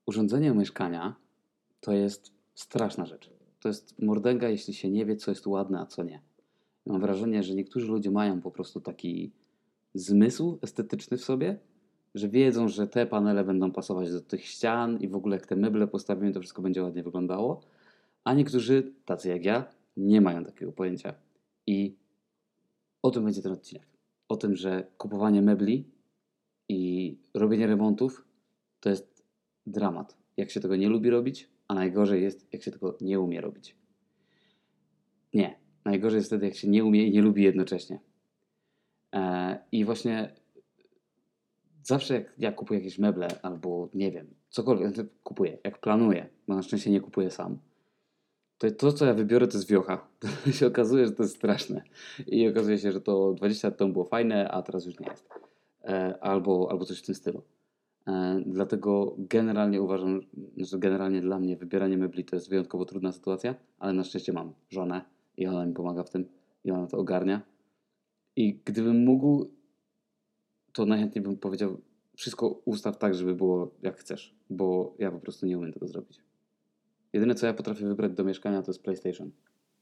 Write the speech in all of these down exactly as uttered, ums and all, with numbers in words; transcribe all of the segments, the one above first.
urządzenie mieszkania to jest straszna rzecz. To jest mordęga, jeśli się nie wie, co jest ładne, a co nie. Mam wrażenie, że niektórzy ludzie mają po prostu taki zmysł estetyczny w sobie, że wiedzą, że te panele będą pasować do tych ścian i w ogóle jak te meble postawimy, to wszystko będzie ładnie wyglądało. A niektórzy, tacy jak ja, nie mają takiego pojęcia. I o tym będzie ten odcinek. O tym, że kupowanie mebli i robienie remontów to jest dramat. Jak się tego nie lubi robić, a najgorzej jest, jak się tego nie umie robić. Nie. Najgorzej jest wtedy, jak się nie umie i nie lubi jednocześnie. Eee, I właśnie zawsze jak ja kupuję jakieś meble albo nie wiem, cokolwiek kupuję, jak planuję, bo na szczęście nie kupuję sam, to to, co ja wybiorę, to jest wiocha. To się okazuje, że to jest straszne. I okazuje się, że to dwadzieścia lat temu było fajne, a teraz już nie jest. E, albo, albo coś w tym stylu. E, dlatego generalnie uważam, że generalnie dla mnie wybieranie mebli to jest wyjątkowo trudna sytuacja, ale na szczęście mam żonę i ona mi pomaga w tym i ona to ogarnia. I gdybym mógł, to najchętniej bym powiedział, wszystko ustaw tak, żeby było jak chcesz, bo ja po prostu nie umiem tego zrobić. Jedyne, co ja potrafię wybrać do mieszkania, to jest PlayStation.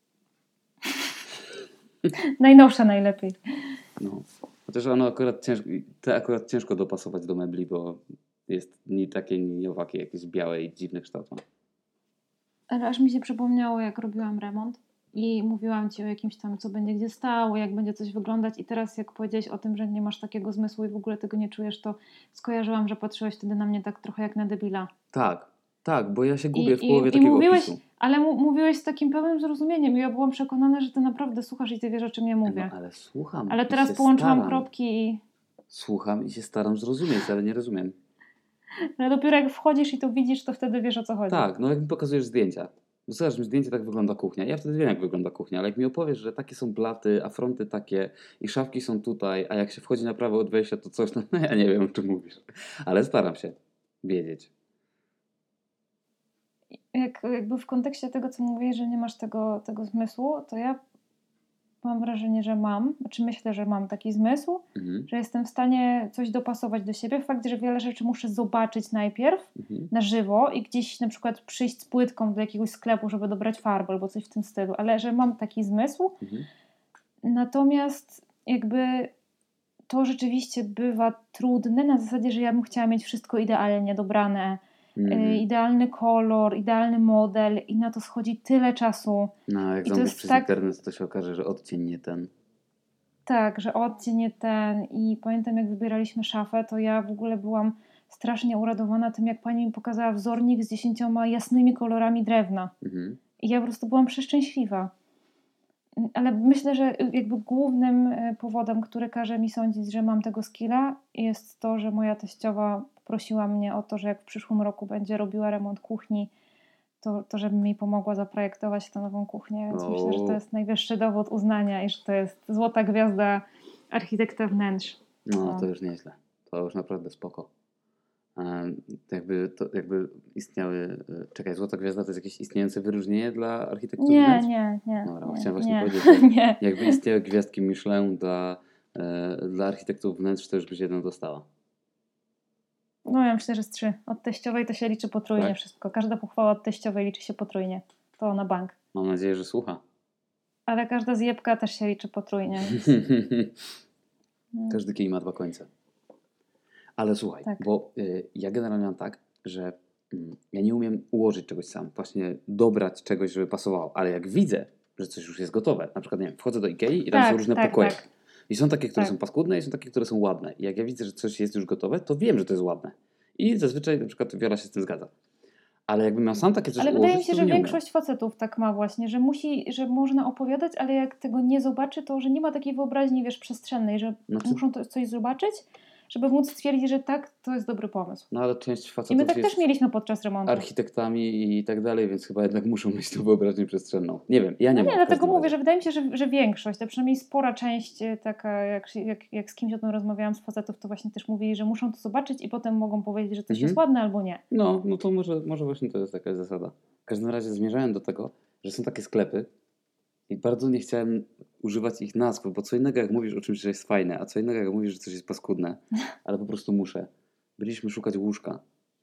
Najnowsza najlepiej. No. Chociaż ono akurat ciężko, te akurat ciężko dopasować do mebli, bo jest ni takie, ni owakie, jakieś białe i dziwny kształt ma. Ale aż mi się przypomniało, jak robiłam remont i mówiłam Ci o jakimś tam, co będzie gdzie stało, jak będzie coś wyglądać i teraz jak powiedziałeś o tym, że nie masz takiego zmysłu i w ogóle tego nie czujesz, to skojarzyłam, że patrzyłeś wtedy na mnie tak trochę jak na debila. Tak, tak, bo ja się gubię I, w połowie i, takiego i mówiłeś, opisu. Ale mu, mówiłeś z takim pełnym zrozumieniem i ja byłam przekonana, że Ty naprawdę słuchasz i Ty wiesz, o czym ja mówię. No, ale słucham Ale i teraz się połączyłam staram. kropki i... Słucham i się staram zrozumieć, ale nie rozumiem. Ale dopiero jak wchodzisz i to widzisz, to wtedy wiesz, o co chodzi. Tak, no jak mi pokazujesz zdjęcia. Wysyłasz mi zdjęcie, tak wygląda kuchnia. Ja wtedy wiem, jak wygląda kuchnia, ale jak mi opowiesz, że takie są blaty, a fronty takie i szafki są tutaj, a jak się wchodzi na prawo od wejścia, to coś, no, no ja nie wiem, o czym mówisz. Ale staram się wiedzieć. Jak, jakby w kontekście tego, co mówisz, że nie masz tego, tego zmysłu, to ja mam wrażenie, że mam, znaczy myślę, że mam taki zmysł, Mhm. że jestem w stanie coś dopasować do siebie. Fakt, że wiele rzeczy muszę zobaczyć najpierw Mhm. na żywo i gdzieś na przykład przyjść z płytką do jakiegoś sklepu, żeby dobrać farbę albo coś w tym stylu, ale że mam taki zmysł. Mhm. Natomiast jakby to rzeczywiście bywa trudne na zasadzie, że ja bym chciała mieć wszystko idealnie dobrane, Mhm. y, idealny kolor, idealny model i na to schodzi tyle czasu. No, jak I to zamówisz jest przez tak- internet, to się okaże, że odcień nie ten. Tak, że odcień nie ten i pamiętam jak wybieraliśmy szafę, to ja w ogóle byłam strasznie uradowana tym, jak pani mi pokazała wzornik z dziesięcioma jasnymi kolorami drewna. Mhm. I ja po prostu byłam przeszczęśliwa. Ale myślę, że jakby głównym e, powodem, który każe mi sądzić, że mam tego skilla, jest to, że moja teściowa poprosiła mnie o to, że jak w przyszłym roku będzie robiła remont kuchni, to, to żebym jej pomogła zaprojektować tę nową kuchnię. Więc O. myślę, że to jest najwyższy dowód uznania i że to jest złota gwiazda architekta wnętrz. No, No. to już nieźle. To już naprawdę spoko. Um, jakby, to, jakby istniały... Czekaj, Złota Gwiazda to jest jakieś istniejące wyróżnienie dla architektów Nie, wnętrz? nie, nie. Dobra, nie, chciałem właśnie nie, powiedzieć, że nie. jakby istniały gwiazdki Michelin dla, e, dla architektów wnętrz, to już byś jedną dostała. No ja myślę, że z trzy. Od teściowej to się liczy potrójnie Tak? wszystko. Każda pochwała od teściowej liczy się potrójnie. To na bank. Mam nadzieję, że słucha. Ale każda zjebka też się liczy potrójnie. Więc... Każdy kij ma dwa końce. Ale słuchaj, Tak. bo y, ja generalnie mam tak, że y, ja nie umiem ułożyć czegoś sam. Właśnie dobrać czegoś, żeby pasowało. Ale jak widzę, że coś już jest gotowe, na przykład, nie wiem, wchodzę do Ikei i tam Tak, są różne tak, pokoje. tak. I są takie, które Tak. są paskudne i są takie, które są ładne. I jak ja widzę, że coś jest już gotowe, to wiem, że to jest ładne. I zazwyczaj na przykład Wiola się z tym zgadza. Ale jakbym miał sam takie coś Ale ułożyć, wydaje mi się, to że bym nie większość facetów tak ma właśnie, że musi, że można opowiadać, ale jak tego nie zobaczy, to że nie ma takiej wyobraźni, wiesz, przestrzennej, że Znaczy- muszą to, coś zobaczyć, żeby móc stwierdzić, że tak, to jest dobry pomysł. No ale część I my facetów tak jest też mieliśmy podczas remontu. architektami i tak dalej, więc chyba jednak muszą mieć tą wyobraźnię przestrzenną. Nie wiem, ja nie No mam. nie, w dlatego każdym mówię, razie. że wydaje mi się, że, że większość, to przynajmniej spora część e, taka, jak, jak, jak z kimś o tym rozmawiałam z facetów, to właśnie też mówili, że muszą to zobaczyć i potem mogą powiedzieć, że coś Mhm. jest ładne albo nie. No, no to może, może właśnie to jest jakaś zasada. W każdym razie zmierzałem do tego, że są takie sklepy i bardzo nie chciałem używać ich nazw, bo co innego jak mówisz o czymś, że jest fajne, a co innego jak mówisz, że coś jest paskudne, ale po prostu muszę. Byliśmy szukać łóżka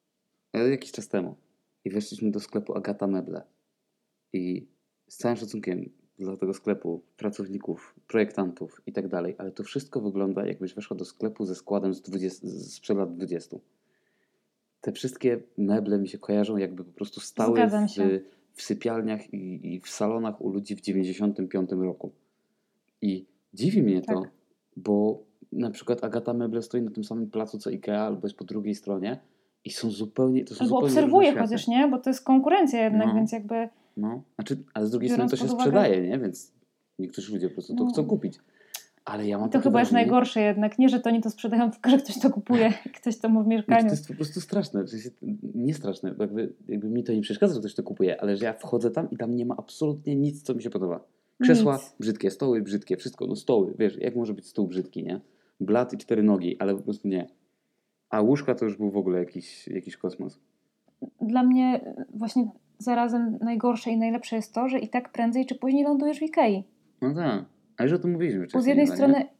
Ale jakiś czas temu. I weszliśmy do sklepu Agata Meble. I z całym szacunkiem dla tego sklepu, pracowników, projektantów i tak dalej, ale to wszystko wygląda, jakbyś weszła do sklepu ze składem z dwudziestu, sprzed lat dwudziestu. Te wszystkie meble mi się kojarzą, jakby po prostu stały Zgadzam w, się. w sypialniach i, i w salonach u ludzi w dziewięćdziesiątym piątym roku. I dziwi mnie to, Tak. bo na przykład Agata Meble stoi na tym samym placu co Ikea, albo jest po drugiej stronie i są zupełnie, to są Albo zupełnie różne obserwuję światy. chociaż, nie? Bo to jest konkurencja jednak, No. więc jakby... No, znaczy, ale z drugiej strony Biorąc to się pod uwagę- sprzedaje, nie? Więc niektórzy ludzie po prostu to No. chcą kupić. Ale ja mam I to takie chyba jest wrażenie, najgorsze jednak. Nie, że to oni to sprzedają, tylko że ktoś to kupuje i ktoś to ma w znaczy, mieszkaniu. to jest po prostu straszne. W sensie, nie straszne, bo jakby, jakby mi to nie przeszkadza, że ktoś to kupuje, ale że ja wchodzę tam i tam nie ma absolutnie nic, co mi się podoba. Krzesła Nic. brzydkie, stoły brzydkie, wszystko, no stoły, wiesz, jak może być stół brzydki, nie? Blat i cztery nogi, ale po prostu nie. A łóżka to już był w ogóle jakiś, jakiś kosmos. Dla mnie właśnie zarazem najgorsze i najlepsze jest to, że i tak prędzej czy później lądujesz w Ikei. No tak, ale że o tym mówiliśmy wcześniej. Bo z jednej chyba, strony... nie?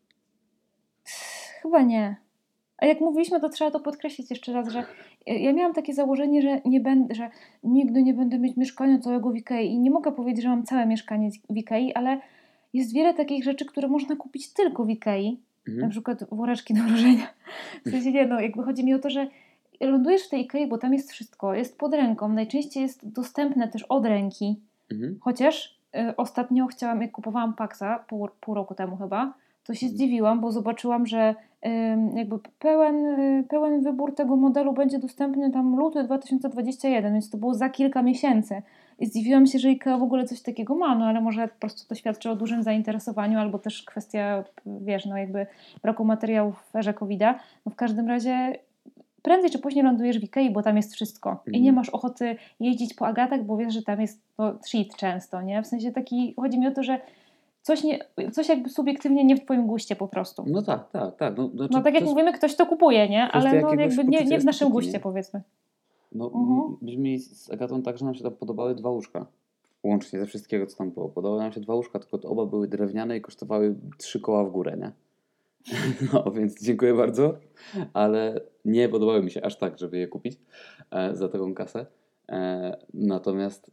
Chyba nie. A jak mówiliśmy, to trzeba to podkreślić jeszcze raz, że ja miałam takie założenie, że nie będę, że nigdy nie będę mieć mieszkania całego w Ikei i nie mogę powiedzieć, że mam całe mieszkanie w Ikei, ale jest wiele takich rzeczy, które można kupić tylko w Ikei. Mhm. Na przykład woreczki do mrożenia. W sensie nie, no jakby chodzi mi o to, że lądujesz w tej Ikei, bo tam jest wszystko, jest pod ręką, najczęściej jest dostępne też od ręki. Mhm. Chociaż y, ostatnio chciałam, jak kupowałam Paxa, pół, pół roku temu chyba, to się zdziwiłam, bo zobaczyłam, że y, jakby pełen, y, pełen wybór tego modelu będzie dostępny tam luty dwa tysiące dwudziesty pierwszy, więc to było za kilka miesięcy. I zdziwiłam się, że IKEA w ogóle coś takiego ma, no ale może po prostu to świadczy o dużym zainteresowaniu, albo też kwestia, wiesz, no jakby braku materiałów w erze kowida. No w każdym razie prędzej czy później lądujesz w Ikei, bo tam jest wszystko. Mhm. I nie masz ochoty jeździć po Agatach, bo wiesz, że tam jest no, shit często, nie? W sensie taki, chodzi mi o to, że coś, nie, coś jakby subiektywnie nie w twoim guście po prostu. No tak, tak, tak. No, znaczy, No tak jak to jest- mówimy, ktoś to kupuje, nie? kwestia Ale no jakiegoś jakby nie, poczucia nie w naszym estetyki, guście, nie? powiedzmy. No, Mhm. myśmy mieli z Agatą tak, że nam się tam podobały dwa łóżka. Łącznie ze wszystkiego, co tam było. Podobały nam się dwa łóżka, tylko to oba były drewniane i kosztowały trzy koła w górę, nie? No, więc dziękuję bardzo, ale nie podobały mi się aż tak, żeby je kupić e, za taką kasę. E, natomiast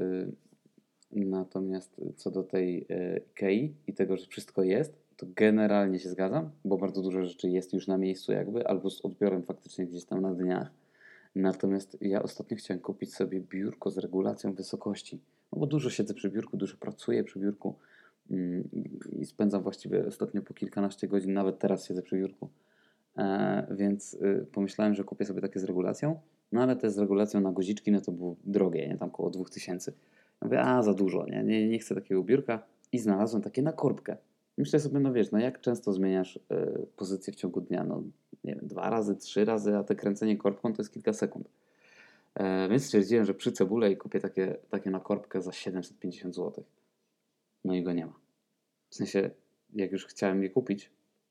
e, natomiast co do tej e, Ikei i tego, że wszystko jest, to generalnie się zgadzam, bo bardzo dużo rzeczy jest już na miejscu jakby, albo z odbiorem faktycznie gdzieś tam na dniach. Natomiast ja ostatnio chciałem kupić sobie biurko z regulacją wysokości. No bo dużo siedzę przy biurku, dużo pracuję przy biurku mm, i spędzam właściwie ostatnio po kilkanaście godzin, nawet teraz siedzę przy biurku. E, więc y, pomyślałem, że kupię sobie takie z regulacją, no ale te z regulacją na guziczki, no to było drogie, nie? Tam około dwóch tysięcy. Ja mówię, a za dużo, nie? nie? Nie chcę takiego biurka i znalazłem takie na korbkę. Myślę sobie, no wiesz, no jak często zmieniasz y, pozycję w ciągu dnia? No nie wiem, dwa razy, trzy razy, a te kręcenie korbką to jest kilka sekund. E, więc stwierdziłem, że przy cebule i kupię takie, takie na korbkę za siedemset pięćdziesiąt złotych. No i go nie ma. W sensie, jak już chciałem je kupić,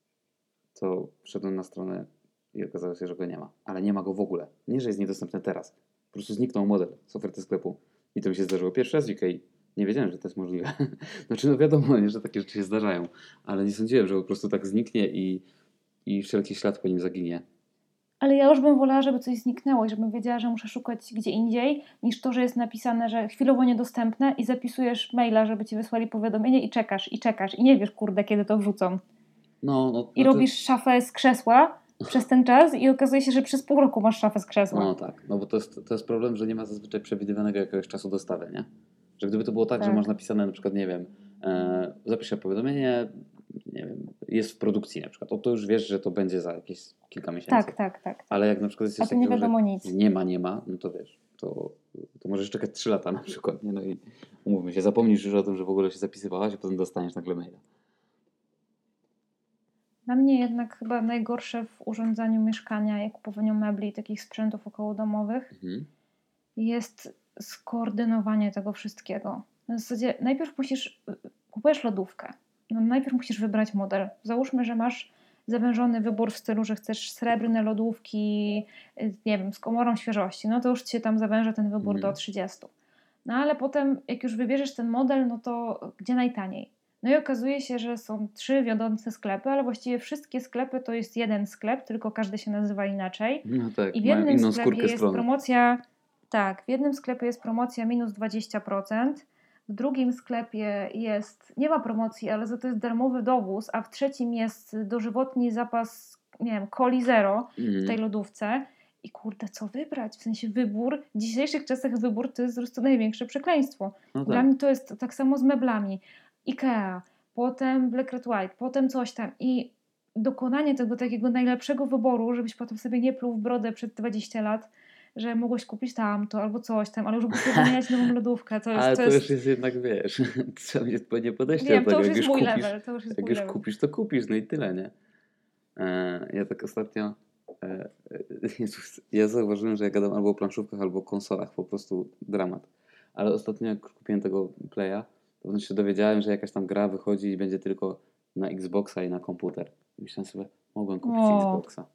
to wszedłem na stronę i okazało się, że go nie ma. Ale nie ma go w ogóle. Nie, że jest niedostępny teraz. Po prostu zniknął model z oferty sklepu. I to mi się zdarzyło pierwszy raz w Ikei. Nie wiedziałem, że to jest możliwe. Znaczy, no wiadomo, nie, że takie rzeczy się zdarzają. Ale nie sądziłem, że po prostu tak zniknie i, i wszelki ślad po nim zaginie. Ale ja już bym wolała, żeby coś zniknęło i żebym wiedziała, że muszę szukać gdzie indziej, niż to, że jest napisane, że chwilowo niedostępne i zapisujesz maila, żeby ci wysłali powiadomienie i czekasz, i czekasz, i nie wiesz, kurde, kiedy to wrzucą. No, no, I znaczy- robisz szafę z krzesła przez ten czas i okazuje się, że przez pół roku masz szafę z krzesła. No tak, no bo to jest, to jest problem, że nie ma zazwyczaj przewidywanego jakiegoś czasu dostawy, nie? Że gdyby to było tak, Tak. że masz napisane na przykład, nie wiem, e, zapiszę powiadomienie, nie wiem, jest w produkcji na przykład, to, to już wiesz, że to będzie za jakieś kilka miesięcy. Tak, tak, tak. tak. Ale jak na przykład jest A coś tu nie takiego, wiadomo że nic. nie ma, nie ma, no to wiesz, to, to możesz czekać trzy lata na przykład, nie? No i umówmy się, zapomnisz już o tym, że w ogóle się zapisywałaś, a potem dostaniesz nagle maila. Dla mnie jednak chyba najgorsze w urządzaniu mieszkania i kupowaniu mebli i takich sprzętów okołodomowych Mhm. jest skoordynowanie tego wszystkiego. W zasadzie najpierw musisz, kupujesz lodówkę, no najpierw musisz wybrać model. Załóżmy, że masz zawężony wybór w stylu, że chcesz srebrne lodówki, nie wiem, z komorą świeżości, no to już ci się tam zawęża ten wybór Mhm. do trzydziestu. No ale potem, jak już wybierzesz ten model, no to gdzie najtaniej? No i okazuje się, że są trzy wiodące sklepy, ale właściwie wszystkie sklepy to jest jeden sklep, tylko każdy się nazywa inaczej. No tak, I w mają jednym inną sklepie skórkę jest strony. promocja, tak, w jednym sklepie jest promocja minus dwadzieścia procent, w drugim sklepie jest, nie ma promocji, ale za to jest darmowy dowóz, a w trzecim jest dożywotni zapas, nie wiem, coli zero w tej Mhm. lodówce. I kurde, co wybrać? W sensie wybór, w dzisiejszych czasach wybór to jest po prostu największe przekleństwo. No Dla tak. mnie to jest tak samo z meblami. Ikea, potem Black Red White, potem coś tam i dokonanie tego takiego najlepszego wyboru, żebyś potem sobie nie pluł w brodę przez dwadzieścia lat, że mogłeś kupić tamto albo coś tam, ale już głupio wymieniać nową lodówkę. To jest, Ale to to już jest, jest jednak, wiesz, trzeba mieć odpowiednie podejście wiem, do to tego. już Jak jest już mój kupisz, level, to już jest jak mój już level. kupisz, to kupisz, no i tyle, nie? E, ja tak ostatnio, e, e, Jezus, ja zauważyłem, że ja gadam albo o planszówkach, albo o konsolach, po prostu dramat. Ale ostatnio jak kupiłem tego Playa, to potem się dowiedziałem, że jakaś tam gra wychodzi i będzie tylko na Xboxa i na komputer. Myślałem sobie, mogłem kupić O. Xboxa.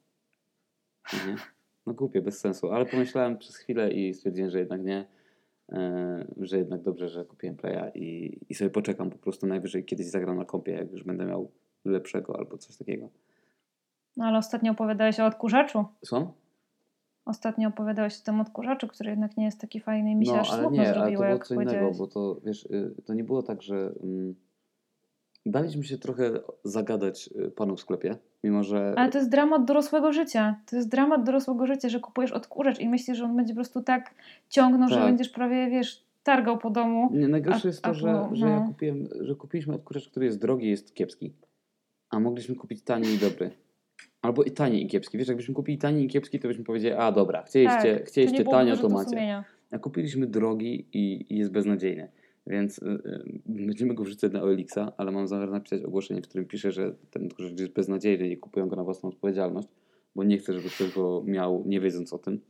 Nie? No głupie, bez sensu, ale pomyślałem przez chwilę i stwierdziłem, że jednak nie, e, że jednak dobrze, że kupiłem Playa i, i sobie poczekam, po prostu najwyżej kiedyś zagram na kompie, jak już będę miał lepszego albo coś takiego. No ale ostatnio opowiadałeś o odkurzaczu. Co? Ostatnio opowiadałeś o tym odkurzaczu, który jednak nie jest taki fajny i mi się No, aż ale smutno nie, ale to zrobiło, było jak co innego, powiedziałeś. bo to, wiesz, y, to nie było tak, że mm, daliśmy się trochę zagadać y, panu w sklepie, mimo że... Ale to jest dramat dorosłego życia. To jest dramat dorosłego życia, że kupujesz odkurzacz i myślisz, że on będzie po prostu tak ciągnął, że Tak. będziesz prawie, wiesz, targał po domu. Nie, najgorsze a- jest to, a że, tu, że ja no. kupiłem, że kupiliśmy odkurzacz, który jest drogi i jest kiepski. A mogliśmy kupić tani i dobry. Albo i tani i kiepski. Wiesz, jakbyśmy kupili tani i kiepski, to byśmy powiedzieli, a dobra, chcieliście, Tak, to chcieliście nie byłoby tanio, to wyrzutu macie. sumienia. A kupiliśmy drogi i, i jest beznadziejny. Więc y, y, będziemy go wrzucać na O L X a, ale mam zamiar napisać ogłoszenie, w którym piszę, że ten odkurzacz jest beznadziejny i kupują go na własną odpowiedzialność, bo nie chcę, żeby ktoś go miał, nie wiedząc o tym.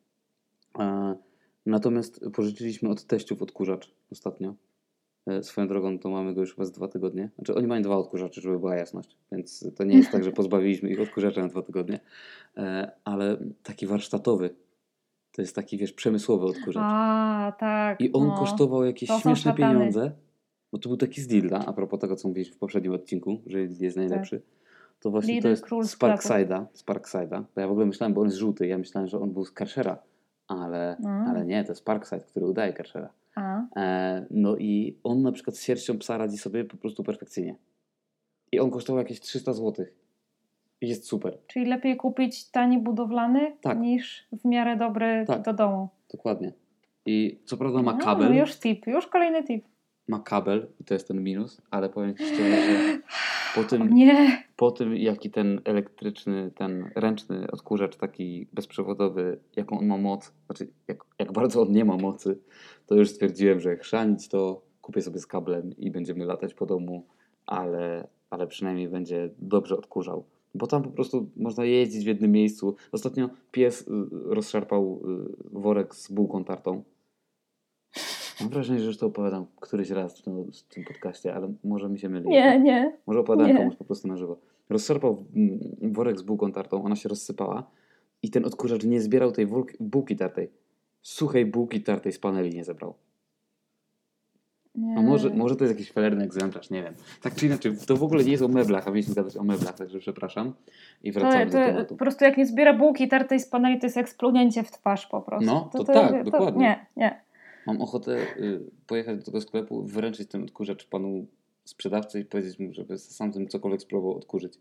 A, natomiast pożyczyliśmy od teściów odkurzacz ostatnio. E, Swoją drogą to mamy go już chyba z dwa tygodnie. Znaczy oni mają dwa odkurzacze, żeby była jasność. Więc to nie jest tak, że pozbawiliśmy ich odkurzacza na dwa tygodnie. E, Ale taki warsztatowy. To jest taki, wiesz, przemysłowy odkurzacz. A, tak. I on no. kosztował jakieś To są śmieszne szatany. pieniądze. Bo to był taki z Lidla, a propos tego, co mówiliśmy w poprzednim odcinku, że Lidl jest najlepszy. To właśnie Lidl, to jest król z sklepów. Parkside'a. Z Parkside'a. Bo ja w ogóle myślałem, bo on jest żółty. Ja myślałem, że on był z Karshera. Ale, A. ale nie, to jest Parkside, który udaje Karshera. A. E, no i on na przykład z sierścią psa radzi sobie po prostu perfekcyjnie. I on kosztował jakieś trzysta złotych. I jest super. Czyli lepiej kupić tani budowlany Tak. niż w miarę dobry Tak. do domu. Dokładnie. I co prawda ma No, kabel. no już tip, już kolejny tip. Ma kabel i to jest ten minus, ale powiem Ci szczerze, że po O tym, nie! po tym jaki ten elektryczny, ten ręczny odkurzacz taki bezprzewodowy, jaką on ma moc, znaczy jak, jak bardzo on nie ma mocy, to już stwierdziłem, że chrzanić to kupię sobie z kablem i będziemy latać po domu, ale, ale przynajmniej będzie dobrze odkurzał. Bo tam po prostu można jeździć w jednym miejscu. Ostatnio pies y, rozszarpał y, worek z bułką tartą. Mam wrażenie, że już to opowiadam któryś raz w tym, w tym podcaście, ale może mi się myli. Nie, nie. Może opowiadałem Nie. komuś po prostu na żywo. Rozszarpał mm, worek z bułką tartą, ona się rozsypała i ten odkurzacz nie zbierał tej wulk- bułki tartej. Suchej bułki tartej z paneli nie zebrał. nie. A może, może to jest jakiś felerny egzemplarz, nie wiem. Tak czy inaczej, to w ogóle nie jest o meblach, a mieliśmy gadać o meblach, także przepraszam. I To, wracamy to, do tematu. po prostu jak nie zbiera bułki tartej z paneli, to jest jak splunięcie w twarz po prostu. No, to tak, dokładnie. Nie, nie. Mam ochotę y, pojechać do tego sklepu, wręczyć ten odkurzacz panu sprzedawcy i powiedzieć mu, żeby sam tym cokolwiek spróbował odkurzyć.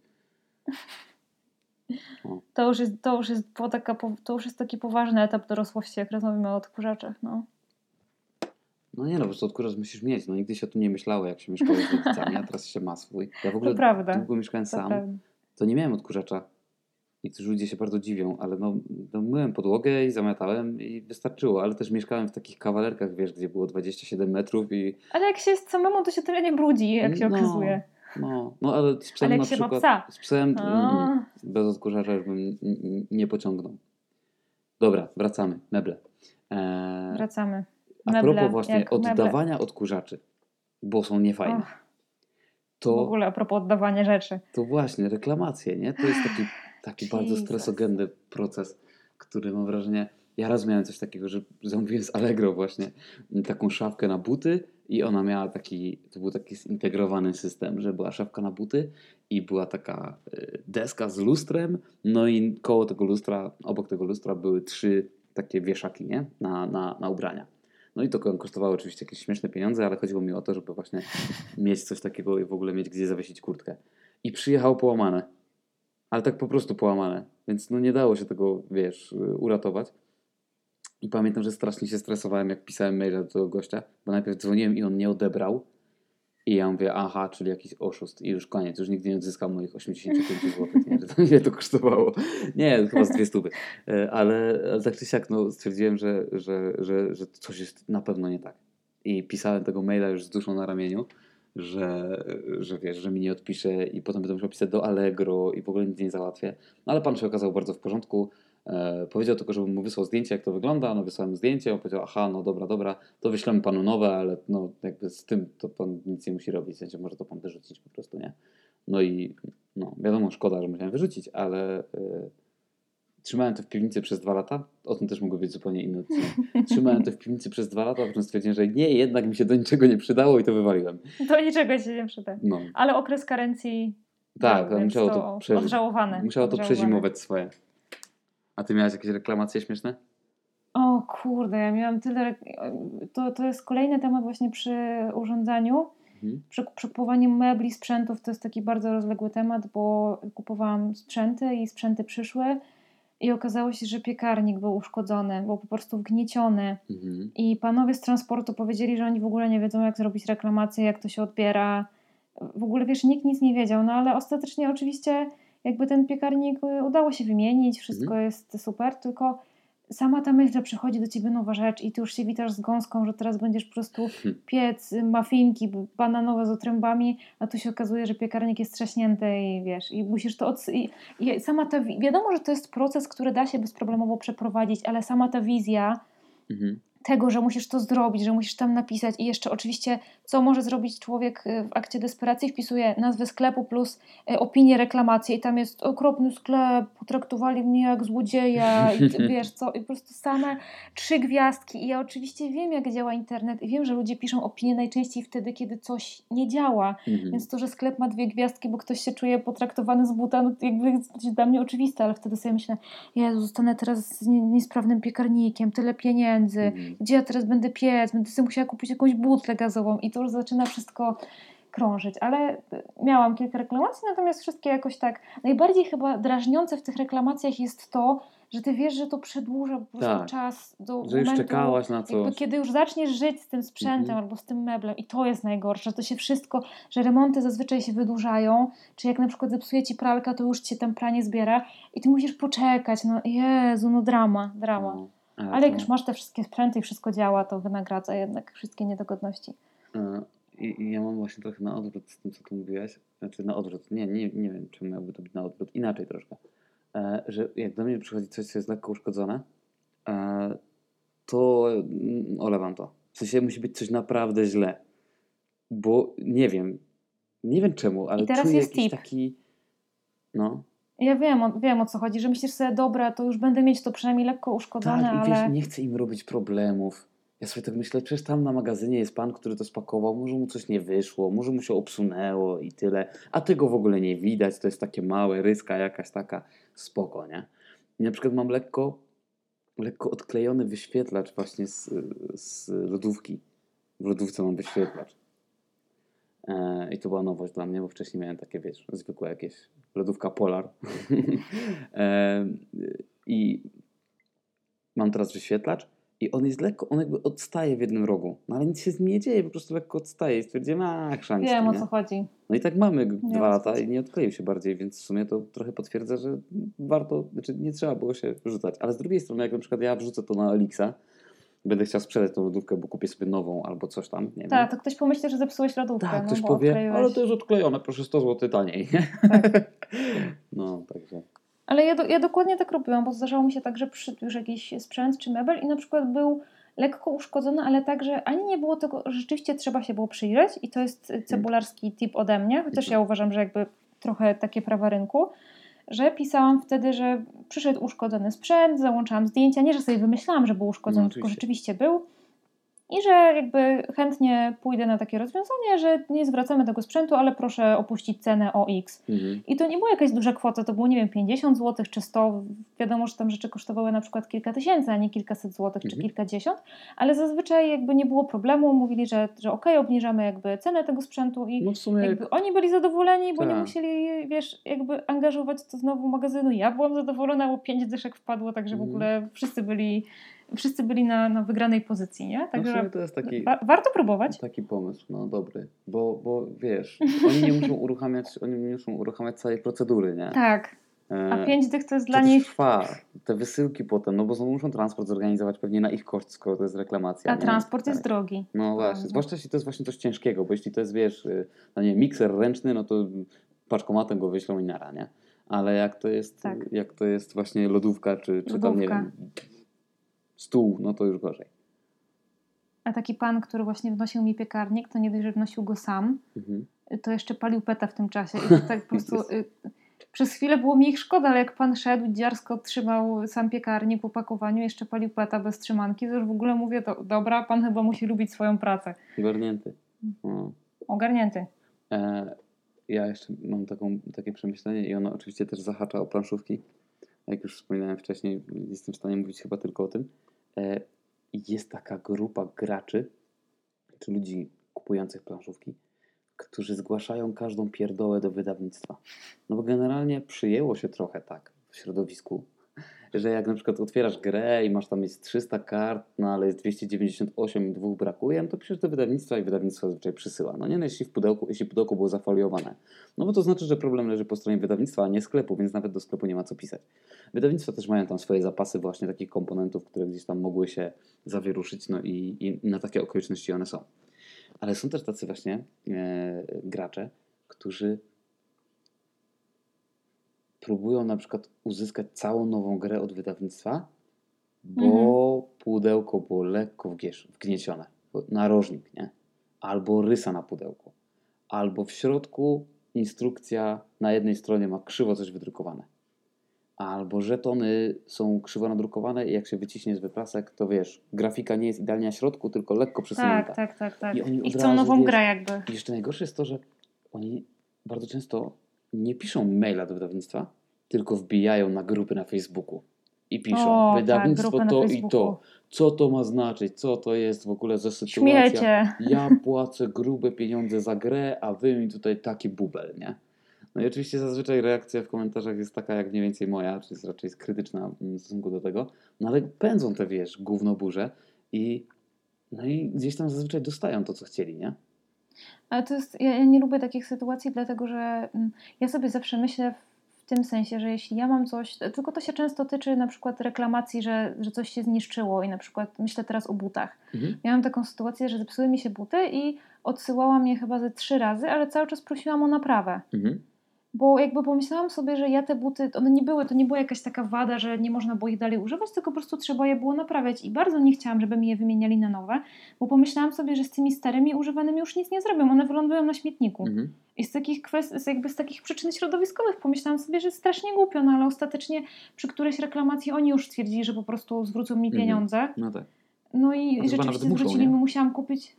O. To już jest, to już jest, po taka, po- to już jest taki poważny etap dorosłości, jak rozmawiamy o odkurzaczach. No. No nie no, po prostu odkurzacz musisz mieć. No nigdy się o tym nie myślało, jak się mieszkało z rodzicami, a teraz się ma swój. Ja w ogóle To prawda. długo mieszkałem To sam, prawda. to nie miałem odkurzacza. Niektórzy ludzie się bardzo dziwią, ale no, no myłem podłogę i zamiatałem i wystarczyło. Ale też mieszkałem w takich kawalerkach, wiesz, gdzie było dwadzieścia siedem metrów i... Ale jak się jest samemu, to się tyle nie brudzi, jak się No, okazuje. No, no ale z psem Ale jak na się ma przykład... psa. Z psem A. mm, bez odkurzacza już bym n- n- nie pociągnął. Dobra, wracamy. Meble. Eee, Wracamy. a Meble, propos właśnie jak meble. oddawania odkurzaczy, bo są niefajne. Och, w To, ogóle a propos oddawania rzeczy. to właśnie reklamacje, nie? To jest taki, taki bardzo Jesus. stresogenny proces, który mam wrażenie... Ja raz miałem coś takiego, że zamówiłem z Allegro właśnie taką szafkę na buty i ona miała taki, to był taki zintegrowany system, że była szafka na buty i była taka y, deska z lustrem, no i koło tego lustra, obok tego lustra były trzy takie wieszaki, nie? Na, na, na ubrania. No i to kosztowało oczywiście jakieś śmieszne pieniądze, ale chodziło mi o to, żeby właśnie mieć coś takiego i w ogóle mieć gdzie zawiesić kurtkę. I przyjechało połamane. Ale tak po prostu połamane. Więc no nie dało się tego, wiesz, uratować. I pamiętam, że strasznie się stresowałem, jak pisałem maila do tego gościa, bo najpierw dzwoniłem i on nie odebrał. I ja mówię, aha, czyli jakiś oszust. I już koniec, już nigdy nie odzyskam moich osiemdziesiąt pięć złotych. Nie, że to, ile to kosztowało. Nie, chyba z dwie stówy. E, Ale, ale tak czy siak no, stwierdziłem, że, że, że, że coś jest na pewno nie tak. I pisałem tego maila już z duszą na ramieniu, że, że wiesz, że mi nie odpisze i potem będę musiał pisać do Allegro i w ogóle nic nie załatwię. No ale pan się okazał bardzo w porządku. E, powiedział tylko, żebym mu wysłał zdjęcie, jak to wygląda. No wysłałem zdjęcie, on powiedział, aha, no dobra, dobra, to wyślemy panu nowe, ale no jakby z tym to pan nic nie musi robić, w sensie może to pan wyrzucić po prostu, nie? No i no wiadomo, szkoda, że musiałem wyrzucić, ale e, trzymałem to w piwnicy przez dwa lata. O tym też mogły być zupełnie inne odcinek. Trzymałem to w piwnicy przez dwa lata, a potem stwierdziłem, że nie, jednak mi się do niczego nie przydało i to wywaliłem. Do niczego się nie przyda. No. Ale okres karencji Tak, był, ale więc musiało to, to przeżyć. odżałowane. Musiało to odżałowane. przezimować swoje. A ty miałeś jakieś reklamacje śmieszne? O kurde, ja miałam tyle... To, to jest kolejny temat właśnie przy urządzaniu. Mhm. Przy, przy kupowaniu mebli, sprzętów to jest taki bardzo rozległy temat, bo kupowałam sprzęty i sprzęty przyszły i okazało się, że piekarnik był uszkodzony, był po prostu wgnieciony. Mhm. I panowie z transportu powiedzieli, że oni w ogóle nie wiedzą, jak zrobić reklamację, jak to się odbiera. W ogóle, wiesz, nikt nic nie wiedział, no ale ostatecznie oczywiście jakby ten piekarnik udało się wymienić, wszystko Mhm. jest super, tylko sama ta myśl, że przychodzi do ciebie nowa rzecz i ty już się witasz z gąską, że teraz będziesz po prostu piec muffinki bananowe z otrębami, a tu się okazuje, że piekarnik jest trzaśnięty i wiesz, i musisz to od... I, i sama ta... Wiadomo, że to jest proces, który da się bezproblemowo przeprowadzić, ale sama ta wizja Mhm. tego, że musisz to zrobić, że musisz tam napisać i jeszcze oczywiście, co może zrobić człowiek w akcie desperacji, wpisuje nazwę sklepu plus opinię, reklamację i tam jest okropny sklep, potraktowali mnie jak złodzieja i ty wiesz co, i po prostu same trzy gwiazdki i ja oczywiście wiem, jak działa internet i wiem, że ludzie piszą opinie najczęściej wtedy, kiedy coś nie działa, Mhm. więc to, że sklep ma dwie gwiazdki, bo ktoś się czuje potraktowany z buta, no to jakby jest dla mnie oczywiste, ale wtedy sobie myślę, Jezu, zostanę teraz z nie- niesprawnym piekarnikiem, tyle pieniędzy, Mhm. gdzie ja teraz będę piec, będę sobie musiała kupić jakąś butlę gazową i to już zaczyna wszystko krążyć, ale miałam kilka reklamacji, natomiast wszystkie jakoś tak, najbardziej chyba drażniące w tych reklamacjach jest to, że ty wiesz, że to przedłuża po prostu Tak. czas do Że już momentu, czekałaś na jakby coś. kiedy już zaczniesz żyć z tym sprzętem Mhm. albo z tym meblem i to jest najgorsze, że to się wszystko, że remonty zazwyczaj się wydłużają, czy jak na przykład zepsuje ci pralka, to już ci się tam pranie zbiera i ty musisz poczekać, no Jezu, no drama, drama. No, a Ale jak to- już masz te wszystkie sprzęty i wszystko działa, to wynagradza jednak wszystkie niedogodności. E, I, I ja mam właśnie trochę na odwrót z tym, co tu mówiłaś. Znaczy na odwrót. Nie, nie, nie wiem, czy miałby to być na odwrót. Inaczej troszkę. E, że jak do mnie przychodzi coś, co jest lekko uszkodzone, e, to mm, olewam to. W sensie musi być coś naprawdę źle. Bo nie wiem. Nie wiem czemu, ale I teraz czuję jest jakiś tip. taki... No. Ja wiem, o- wiem o co chodzi, że myślisz sobie, dobra, to już będę mieć to przynajmniej lekko uszkodzone, Tak, i ale... wiesz, nie chcę im robić problemów. Ja sobie tak myślę, przecież tam na magazynie jest pan, który to spakował, może mu coś nie wyszło, może mu się obsunęło i tyle, a tego w ogóle nie widać, to jest takie małe, ryska jakaś taka, spoko, nie? I na przykład mam lekko, lekko odklejony wyświetlacz właśnie z, z lodówki. W lodówce mam wyświetlacz. E, I to była nowość dla mnie, bo wcześniej miałem takie, wiesz, zwykłe jakieś lodówka Polar. e, I mam teraz wyświetlacz i on jest lekko, on jakby odstaje w jednym rogu. No ale nic się z nim nie dzieje, po prostu lekko odstaje. I stwierdziłem, a chrzan z Wiem tym, o nie? co chodzi. No i tak mamy g- Wiem, dwa o co lata chodzi. i nie odkleił się bardziej, więc w sumie to trochę potwierdza, że warto, znaczy nie trzeba było się rzucać. Ale z drugiej strony, jak na przykład ja wrzucę to na Elixa, będę chciał sprzedać tą lodówkę, bo kupię sobie nową albo coś tam, nie wiem. Tak, to ktoś pomyśli, że zepsułeś lodówkę, Tak, no ktoś bo powie, odkleiłeś. ale to jest odklejone, proszę sto złotych taniej. Tak. No, także. Ale ja, do, ja dokładnie tak robiłam, bo zdarzało mi się tak, że przyszedł już jakiś sprzęt czy mebel i na przykład był lekko uszkodzony, ale tak, że ani nie było tego, rzeczywiście trzeba się było przyjrzeć i to jest cebularski tip ode mnie, chociaż ja uważam, że jakby trochę takie prawa rynku, że pisałam wtedy, że przyszedł uszkodzony sprzęt, załączałam zdjęcia, nie, że sobie wymyślałam, że był uszkodzony, No, tylko oczywiście. rzeczywiście był. I że jakby chętnie pójdę na takie rozwiązanie, że nie zwracamy tego sprzętu, ale proszę opuścić cenę o X. Mhm. I to nie była jakaś duża kwota, to było, nie wiem, pięćdziesiąt złotych czy sto. Wiadomo, że tam rzeczy kosztowały na przykład kilka tysięcy, a nie kilkaset złotych Mhm. czy kilkadziesiąt, ale zazwyczaj jakby nie było problemu, mówili, że, że okej, okay, obniżamy jakby cenę tego sprzętu i No w sumie jakby jak... oni byli zadowoleni, bo Ta. nie musieli, wiesz, jakby angażować to znowu magazynu. Ja byłam zadowolona, bo pięć dyszek wpadło, także w Mhm. ogóle wszyscy byli... Wszyscy byli na, na wygranej pozycji, nie? No w Także sumie to jest taki, wa- warto próbować. taki pomysł, no dobry, bo, bo wiesz, oni nie muszą uruchamiać, oni nie muszą uruchamiać całej procedury, nie? Tak. A E, pięć dych to jest to dla też nich... trwa, te wysyłki potem, no bo znowu muszą transport zorganizować pewnie na ich koszt, skoro to jest reklamacja. A nie? transport Tak. jest drogi. No właśnie, Prawda. zwłaszcza jeśli to jest właśnie coś ciężkiego, bo jeśli to jest, wiesz, y, no nie, mikser ręczny, no to paczkomatem go wyślą i nara, nie? Ale jak to jest, Tak. jak to jest właśnie lodówka, czy, czy tam, nie Lodówka. wiem, stół, no to już gorzej. A taki pan, który właśnie wnosił mi piekarnik, to nie dość, że wnosił go sam, Mhm. to jeszcze palił peta w tym czasie. I to tak po prostu... y, Przez chwilę było mi ich szkoda, ale jak pan szedł, dziarsko trzymał sam piekarnik w opakowaniu, jeszcze palił peta bez trzymanki, to już w ogóle mówię, to dobra, pan chyba musi lubić swoją pracę. Ogarnięty. No. Ogarnięty. E, ja jeszcze mam taką, takie przemyślenie i ono oczywiście też zahacza o planszówki. Jak już wspominałem wcześniej, jestem w stanie mówić chyba tylko o tym. E, jest taka grupa graczy, czy ludzi kupujących planszówki, którzy zgłaszają każdą pierdołę do wydawnictwa. No bo generalnie przyjęło się trochę tak w środowisku, że jak na przykład otwierasz grę i masz tam jest trzysta kart, no ale jest dwieście dziewięćdziesiąt osiem i dwóch brakuje, no to piszesz do wydawnictwa i wydawnictwo zazwyczaj przysyła. No nie, no jeśli w pudełku, jeśli pudełko było zafoliowane. No bo to znaczy, że problem leży po stronie wydawnictwa, a nie sklepu, więc nawet do sklepu nie ma co pisać. Wydawnictwa też mają tam swoje zapasy właśnie takich komponentów, które gdzieś tam mogły się zawieruszyć, no i, i na takie okoliczności one są. Ale są też tacy właśnie e, gracze, którzy próbują na przykład uzyskać całą nową grę od wydawnictwa, bo mhm. pudełko było lekko wgniecione, narożnik, nie? Albo rysa na pudełku, albo w środku instrukcja na jednej stronie ma krzywo coś wydrukowane, albo żetony są krzywo nadrukowane i jak się wyciśnie z wyprasek, to wiesz, grafika nie jest idealnie na środku, tylko lekko przesunięta. Tak, tak, tak, tak. I, oni I od chcą razu, nową wiesz, grę jakby. I jeszcze najgorsze jest to, że oni bardzo często nie piszą maila do wydawnictwa, tylko wbijają na grupy na Facebooku i piszą, o, wydawnictwo tak, to i to, co to ma znaczyć, co to jest w ogóle za sytuacja. Śmiecie. Ja płacę grube pieniądze za grę, a wy mi tutaj taki bubel, nie? No i oczywiście zazwyczaj reakcja w komentarzach jest taka jak mniej więcej moja, czyli jest raczej krytyczna w stosunku do tego, no ale pędzą te, wiesz, gównoburze i no i gdzieś tam zazwyczaj dostają to, co chcieli, nie? Ale to jest, ja, ja nie lubię takich sytuacji, dlatego że mm, ja sobie zawsze myślę w, w tym sensie, że jeśli ja mam coś, tylko to się często tyczy na przykład reklamacji, że, że coś się zniszczyło i na przykład myślę teraz o butach. Mhm. Miałam taką sytuację, że zepsuły mi się buty i odsyłałam je chyba ze trzy razy, ale cały czas prosiłam o naprawę. Mhm. Bo jakby pomyślałam sobie, że ja te buty, one nie były, to nie była jakaś taka wada, że nie można było ich dalej używać, tylko po prostu trzeba je było naprawiać i bardzo nie chciałam, żeby mi je wymieniali na nowe, bo pomyślałam sobie, że z tymi starymi używanymi już nic nie zrobią, one wylądują na śmietniku. Mhm. I z takich kwestii, jakby z takich przyczyn środowiskowych pomyślałam sobie, że jest strasznie głupio, no ale ostatecznie przy którejś reklamacji oni już stwierdzili, że po prostu zwrócą mi Mhm. pieniądze. No tak. No i no rzeczywiście muszą, zwrócili mi, nie? musiałam kupić...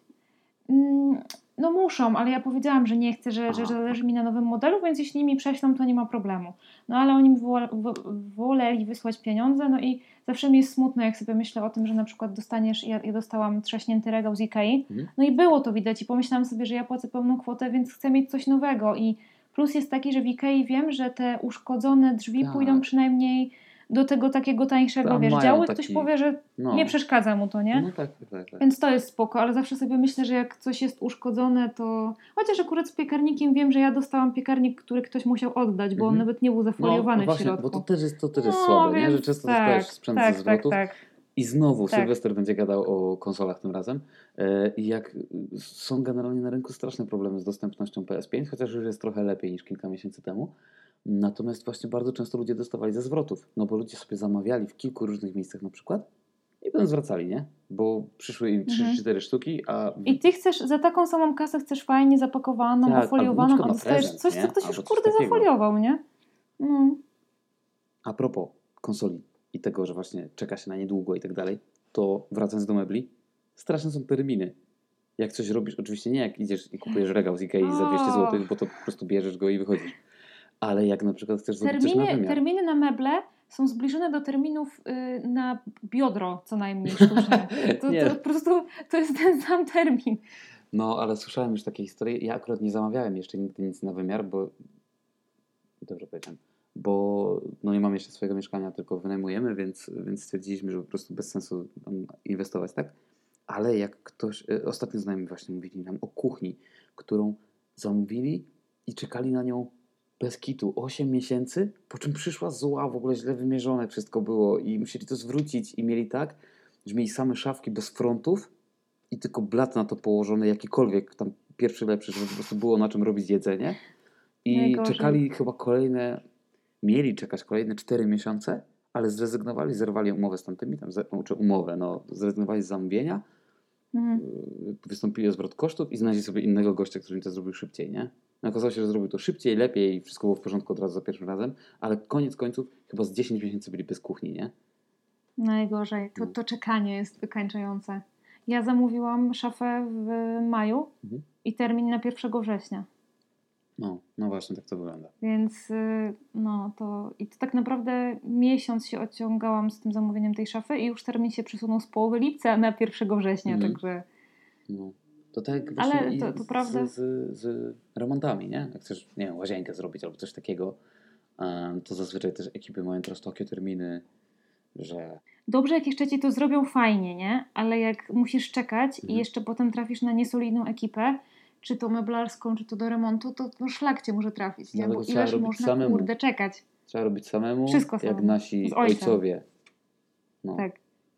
Mm, No muszą, ale ja powiedziałam, że nie chcę, że, Aha, że zależy mi na nowym modelu, więc jeśli mi prześlą, to nie ma problemu. No ale oni mi wola, woleli wysłać pieniądze, no i zawsze mi jest smutno, jak sobie myślę o tym, że na przykład dostaniesz, ja, ja dostałam trzaśnięty regał z Ikei, mhm. no i było to widać i pomyślałam sobie, że ja płacę pełną kwotę, więc chcę mieć coś nowego i plus jest taki, że w Ikei wiem, że te uszkodzone drzwi tak. pójdą przynajmniej do tego takiego tańszego, Tam wiesz, mają działu i taki... ktoś powie, że no. nie przeszkadza mu to, nie? No tak, tak, tak. Więc to jest spoko, ale zawsze sobie myślę, że jak coś jest uszkodzone, to... Chociaż akurat z piekarnikiem wiem, że ja dostałam piekarnik, który ktoś musiał oddać, bo mhm. on nawet nie był zafoliowany no, właśnie, w środku. bo to też jest, to też jest no, słabe, więc nie? Że często tak, dostajesz sprzęt tak, ze zwrotów. Tak, tak. I znowu tak. Sylwester będzie gadał o konsolach tym razem. I jak są generalnie na rynku straszne problemy z dostępnością P S pięć, chociaż już jest trochę lepiej niż kilka miesięcy temu. Natomiast właśnie bardzo często ludzie dostawali ze zwrotów, no bo ludzie sobie zamawiali w kilku różnych miejscach na przykład i potem zwracali, nie? Bo przyszły im trzy cztery mhm. sztuki, a... I ty chcesz, za taką samą kasę chcesz fajnie zapakowaną, tak, ofoliowaną, a dostajesz prezent, coś, nie? co ktoś albo już kurde takiego. zafoliował, nie? Mm. A propos konsoli i tego, że właśnie czeka się na nie długo i tak dalej, to wracając do mebli, straszne są terminy. Jak coś robisz, oczywiście nie jak idziesz i kupujesz regał z Ikei za dwieście złotych, bo to po prostu bierzesz go i wychodzisz. Ale jak na przykład chcesz zrobić coś na Terminy, wymiar. terminy na meble są zbliżone do terminów y, na biodro co najmniej sztuczne. To, Nie. to po prostu to jest ten sam termin. No, ale słyszałem już takie historie. Ja akurat nie zamawiałem jeszcze nigdy nic na wymiar, bo... Dobrze powiedziałem. Bo no nie mamy jeszcze swojego mieszkania, tylko wynajmujemy, więc, więc stwierdziliśmy, że po prostu bez sensu tam inwestować, tak? Ale jak ktoś... y, Ostatnio znajomi właśnie mówili nam o kuchni, którą zamówili i czekali na nią bez kitu osiem miesięcy, po czym przyszła zła, w ogóle źle wymierzone wszystko było i musieli to zwrócić i mieli tak, że mieli same szafki bez frontów i tylko blat na to położony, jakikolwiek tam pierwszy lepszy, żeby po prostu było na czym robić jedzenie. I Najgorzej. czekali chyba kolejne, mieli czekać kolejne cztery miesiące, ale zrezygnowali, zerwali umowę z tamtymi, tam, ze- czy umowę, no, zrezygnowali z zamówienia, Mhm. yy, wystąpili o zwrot kosztów i znaleźli sobie innego gościa, który im to zrobił szybciej, nie? No, okazało się, że zrobił to szybciej, lepiej i wszystko było w porządku od razu za pierwszym razem, ale koniec końców chyba z dziesięć miesięcy byli bez kuchni, nie? Najgorzej. To, No. to czekanie jest wykańczające. Ja zamówiłam szafę w maju Mhm. i termin na pierwszego września. No, no właśnie, tak to wygląda. Więc y, no to i to tak naprawdę miesiąc się odciągałam z tym zamówieniem tej szafy i już termin się przesunął z połowy lipca na pierwszego września, Mhm. także No. To tak jak właśnie Ale i to- to z, prawda. z, z remontami, nie? Jak chcesz, nie wiem, łazienkę zrobić albo coś takiego, em, to zazwyczaj też ekipy mają teraz takie terminy, że dobrze jak jeszcze ci to zrobią fajnie, nie? Ale jak musisz czekać i Mhm. jeszcze potem trafisz na niesolidną ekipę, czy to meblarską, czy to do remontu, to no szlak cię może trafić, nie? Dlatego Bo trzeba ileż robić można samemu. kurde czekać. trzeba robić samemu, Wszystko jak samemu. nasi Z ojcem. ojcowie. No. Tak.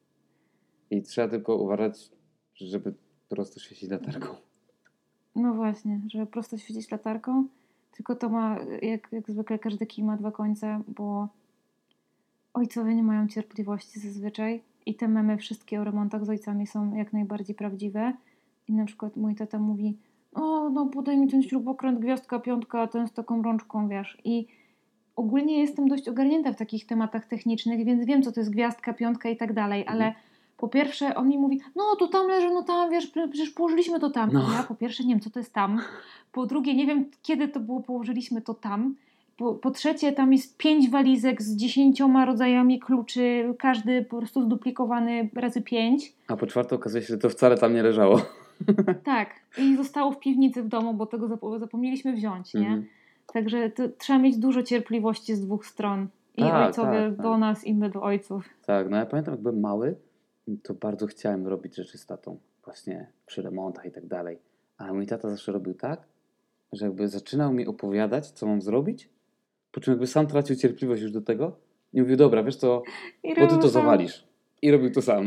I trzeba tylko uważać, żeby prosto świecić latarką. No właśnie, żeby prosto świecić latarką, tylko to ma, jak, jak zwykle każdy kij ma dwa końce, bo ojcowie nie mają cierpliwości zazwyczaj i te memy wszystkie o remontach z ojcami są jak najbardziej prawdziwe. I na przykład mój tata mówi, o no podaj mi ten śrubokręt, gwiazdka, piątka, ten z taką rączką, wiesz. I ogólnie jestem dość ogarnięta w takich tematach technicznych, więc wiem, co to jest gwiazdka, piątka i tak dalej, ale Mhm. po pierwsze on mi mówi, no to tam leży, no tam, wiesz, pre- przecież położyliśmy to tam. No. Ja po pierwsze nie wiem, co to jest tam. Po drugie, nie wiem, kiedy to było, położyliśmy to tam. Po, po trzecie, tam jest pięć walizek z dziesięcioma rodzajami kluczy, każdy po prostu zduplikowany razy pięć. A po czwarte okazuje się, że to wcale tam nie leżało. Tak, i zostało w piwnicy w domu, bo tego zap- zapomnieliśmy wziąć, nie? Mhm. Także to trzeba mieć dużo cierpliwości z dwóch stron. I Tak, ojcowie tak, do tak. nas, i my do ojców. Tak, no ja pamiętam, jak byłem mały, to bardzo chciałem robić rzeczy z tatą. Właśnie przy remontach i tak dalej. Ale mój tata zawsze robił tak, że jakby zaczynał mi opowiadać, co mam zrobić, po czym jakby sam tracił cierpliwość już do tego i mówił, dobra, wiesz co, I bo ty robił to sam. zawalisz. I robił to sam.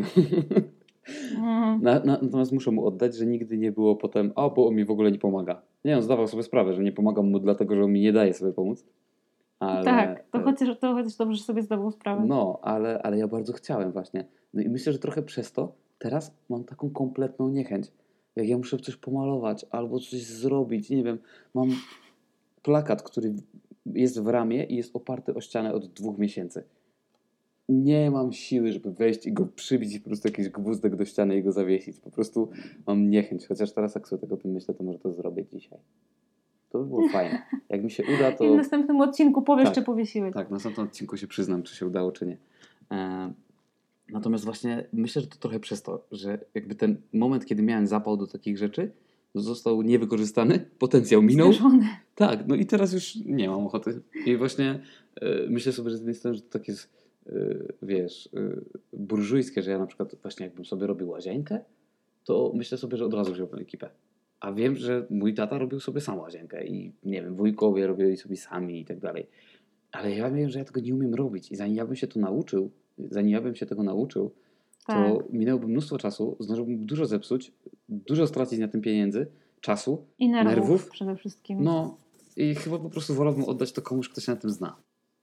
Mhm. Na, na, natomiast muszę mu oddać, że nigdy nie było potem, a bo on mi w ogóle nie pomaga. Nie, on zdawał sobie sprawę, że nie pomagam mu dlatego, że on mi nie daje sobie pomóc. Ale, Tak, to e, chociaż, to chociaż dobrze, że sobie zdawał sprawę. No, ale, ale ja bardzo chciałem właśnie. No i myślę, że trochę przez to teraz mam taką kompletną niechęć. Jak ja muszę coś pomalować albo coś zrobić, nie wiem, mam plakat, który jest w ramie i jest oparty o ścianę od dwóch miesięcy. Nie mam siły, żeby wejść i go przybić i po prostu jakiś gwózdek do ściany i go zawiesić. Po prostu mam niechęć. Chociaż teraz jak sobie tego o tym myślę, to może to zrobię dzisiaj. To by było fajne. Jak mi się uda, to... I w następnym odcinku powiesz, Tak, czy powiesiłeś. Tak, na następnym odcinku się przyznam, czy się udało, czy nie. E, natomiast właśnie myślę, że to trochę przez to, że jakby ten moment, kiedy miałem zapał do takich rzeczy, został niewykorzystany, potencjał minął. Zdarzony. Tak, no i teraz już nie mam ochoty. I właśnie e, myślę sobie, że z jednej strony, że to tak jest, e, wiesz, e, burżujskie, że ja na przykład właśnie jakbym sobie robił łazienkę, to myślę sobie, że od razu wziąłbym ekipę. A wiem, że mój tata robił sobie sam łazienkę i nie wiem, wujkowie robili sobie sami i tak dalej. Ale ja wiem, że ja tego nie umiem robić i zanim ja bym się to nauczył, zanim ja bym się tego nauczył, to Tak. minęłoby mnóstwo czasu, zdążyłbym dużo zepsuć, dużo stracić na tym pieniędzy, czasu, I nerwów, nerwów. przede wszystkim. No i chyba po prostu wolałbym oddać to komuś, kto się na tym zna.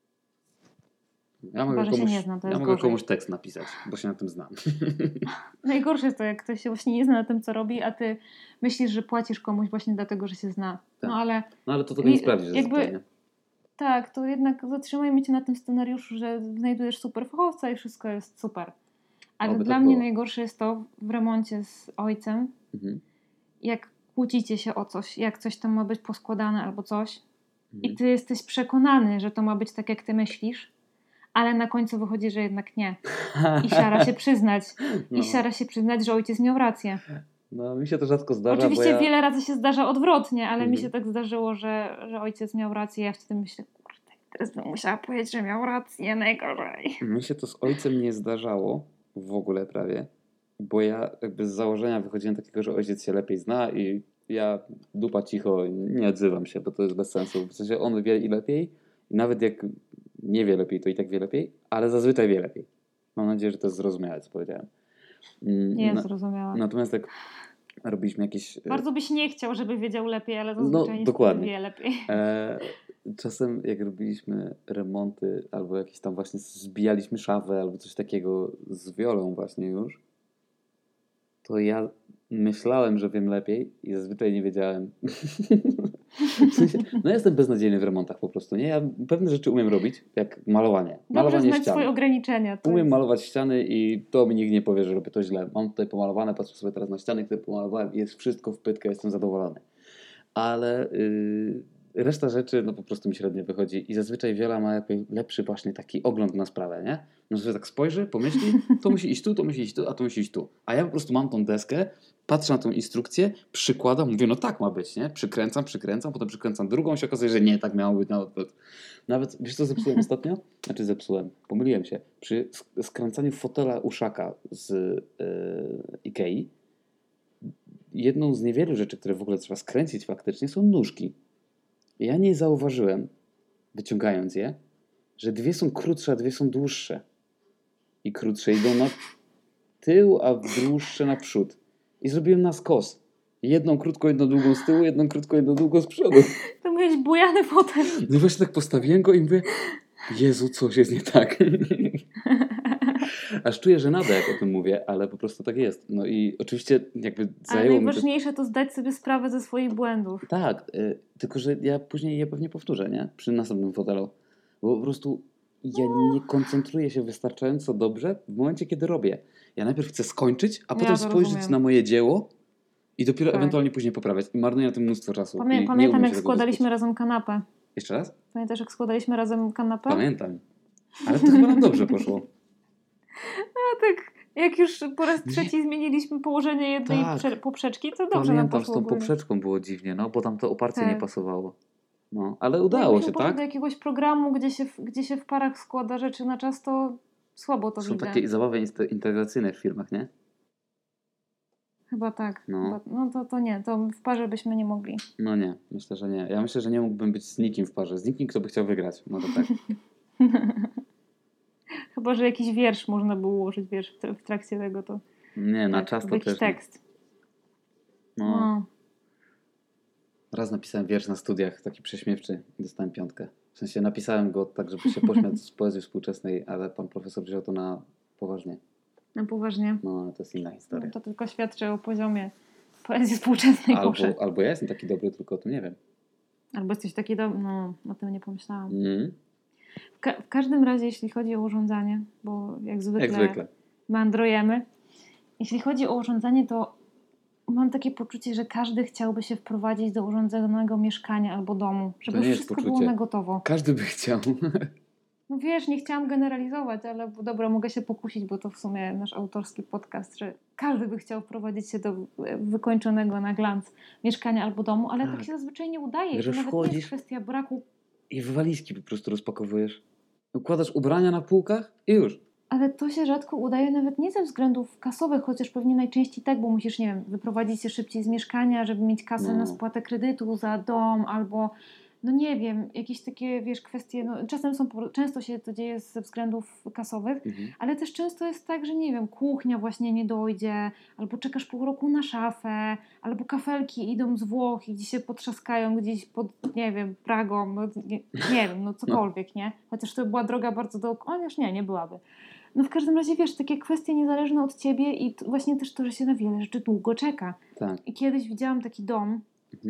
Ja mogę, Chyba, że się komuś, nie zna, to ja jest mogę gorzej. komuś tekst napisać, bo się na tym znam. Najgorsze jest to, jak ktoś się właśnie nie zna na tym, co robi, a ty myślisz, że płacisz komuś właśnie dlatego, że się zna. Tak. No ale No ale to tego nie Mi- sprawdzisz jakby- zazwyczaj, nie? tak, to jednak zatrzymajmy cię na tym scenariuszu, że znajdujesz super fachowca i wszystko jest super. Ale Oby dla tak mnie było. najgorsze jest to w remoncie z ojcem, Mhm. jak kłócicie się o coś, jak coś tam ma być poskładane albo coś Mhm. i ty jesteś przekonany, że to ma być tak, jak ty myślisz, ale na końcu wychodzi, że jednak nie. I siara się przyznać. I No. siara się przyznać, że ojciec miał rację. No, mi się to rzadko zdarza, Oczywiście bo ja... wiele razy się zdarza odwrotnie, ale Mhm. mi się tak zdarzyło, że, że ojciec miał rację. Ja wtedy myślę, kurde, teraz bym musiała powiedzieć, że miał rację, najgorzej. Mi się to z ojcem nie zdarzało w ogóle prawie, bo ja jakby z założenia wychodziłem takiego, że ojciec się lepiej zna i ja dupa cicho, nie odzywam się, bo to jest bez sensu. W sensie on wie i lepiej i nawet jak nie wie lepiej, to i tak wie lepiej, ale zazwyczaj wie lepiej. Mam nadzieję, że to jest zrozumiałe, co powiedziałem. Mm, Nie na- zrozumiałam. Natomiast jak robiliśmy jakieś... e, Bardzo byś nie chciał, żeby wiedział lepiej, ale No, zazwyczaj niestety dokładnie. wie lepiej. E, czasem jak robiliśmy remonty albo jakieś tam właśnie zbijaliśmy szafę albo coś takiego z Wiolą właśnie już, to ja myślałem, że wiem lepiej i zazwyczaj nie wiedziałem. W sensie, no ja jestem beznadziejny w remontach po prostu, nie? Ja pewne rzeczy umiem robić, jak malowanie. Dobrze Malowanie znać ścian. swoje ograniczenia. To Umiem jest... malować ściany i to mi nikt nie powie, że robię to źle. Mam tutaj pomalowane, patrzę sobie teraz na ściany, które pomalowałem i jest wszystko w pytkę, jestem zadowolony. Ale yy, reszta rzeczy no po prostu mi średnio wychodzi i zazwyczaj Wiola ma jakby lepszy właśnie taki ogląd na sprawę, nie? No sobie tak spojrzy, pomyśli, to musi iść tu, to musi iść tu, a to musi iść tu. A ja po prostu mam tą deskę, patrzę na tą instrukcję, przykładam, mówię, no tak ma być, nie? Przykręcam, przykręcam, potem przykręcam drugą, się okazuje, że nie, tak miało być na odwrót. Nawet, wiesz co zepsułem ostatnio? Znaczy zepsułem, pomyliłem się. Przy sk- skręcaniu fotela uszaka z yy, Ikei, jedną z niewielu rzeczy, które w ogóle trzeba skręcić faktycznie, są nóżki. Ja nie zauważyłem, wyciągając je, że dwie są krótsze, a dwie są dłuższe. I krótsze idą na tył, a dłuższe na przód. I zrobiłem na skos. Jedną krótką, jedną długą z tyłu, jedną krótką, jedną długą z przodu. To miałeś bujany fotel. No i właśnie tak postawiłem go i mówię, Jezu, coś jest nie tak. Aż czuję żenadę, jak o tym mówię, ale po prostu tak jest. No i oczywiście jakby Ale zajęło mi to... najważniejsze to zdać sobie sprawę ze swoich błędów. Tak, y, tylko że ja później je pewnie powtórzę, nie? Przy następnym fotelu. Bo po prostu ja nie koncentruję się wystarczająco dobrze w momencie, kiedy robię. Ja najpierw chcę skończyć, a Ja potem to spojrzeć rozumiem. na moje dzieło i dopiero Tak. ewentualnie później poprawiać. I marnuję na tym mnóstwo czasu. Pamię- I nie pamiętam, umiem jak się tego składaliśmy wyzbyć. razem kanapę. Jeszcze raz? Pamiętasz, jak składaliśmy razem kanapę? Pamiętam. Ale to chyba nam dobrze poszło. No tak, jak już po raz trzeci zmieniliśmy położenie jednej Tak. prze- poprzeczki, to dobrze nam Pamiętam, z poszło tą ogólnie. poprzeczką było dziwnie, no bo tam to oparcie Tak. nie pasowało. No, ale No, udało jakbyśmy się, poszli tak? do jakiegoś programu, gdzie się, w- gdzie się w parach składa rzeczy na czas, to słabo to Są widzę. takie zabawy inste- integracyjne w firmach, nie? Chyba tak. No. Chyba, no to, to nie, to w parze byśmy nie mogli. No nie, myślę, że nie. Ja myślę, że nie mógłbym być z nikim w parze. Z nikim, kto by chciał wygrać. Może tak. Chyba, że jakiś wiersz można było ułożyć, wiesz, w, tr- w trakcie tego to. Nie, na tak, czas to jakiś też nie. tekst. No. No. Raz napisałem wiersz na studiach, taki prześmiewczy. Dostałem piątkę. W sensie napisałem go tak, żeby się pośmiać z poezji współczesnej, ale pan profesor wziął to na poważnie. Na poważnie. No, ale to jest inna historia. To tylko świadczy o poziomie poezji współczesnej poszedł. Albo, albo ja jestem taki dobry, tylko o tym nie wiem. Albo jesteś taki dobry. No, o tym nie pomyślałam. Mm. W, ka- w każdym razie, jeśli chodzi o urządzanie, bo jak zwykle, Jak zwykle. meandrujemy. Jeśli chodzi o urządzanie, to mam takie poczucie, że każdy chciałby się wprowadzić do urządzonego mieszkania albo domu, żeby nie jest wszystko poczucie. było na gotowo. Każdy by chciał. No wiesz, nie chciałam generalizować, ale dobra, mogę się pokusić, bo to w sumie nasz autorski podcast, że każdy by chciał wprowadzić się do wykończonego na glans mieszkania albo domu, ale tak, Tak. się zazwyczaj nie udaje. I Że to nawet nie wchodzisz- jest kwestia braku. I w walizki po prostu rozpakowujesz. Układasz ubrania na półkach i już. Ale to się rzadko udaje nawet nie ze względów kasowych, chociaż pewnie najczęściej tak, bo musisz, nie wiem, wyprowadzić się szybciej z mieszkania, żeby mieć kasę No. na spłatę kredytu za dom, albo no nie wiem, jakieś takie, wiesz, kwestie, no czasem są, po- często się to dzieje ze względów kasowych, Mhm. ale też często jest tak, że nie wiem, kuchnia właśnie nie dojdzie, albo czekasz pół roku na szafę, albo kafelki idą z Włoch i gdzieś się potrzaskają gdzieś pod, nie wiem, Pragą, no, nie, nie wiem, no cokolwiek, nie? Chociaż to była droga bardzo dookoła, chociaż nie, nie byłaby. No w każdym razie, wiesz, takie kwestie niezależne od ciebie i t- właśnie też to, że się na wiele rzeczy długo czeka. Tak. I kiedyś widziałam taki dom, Mhm.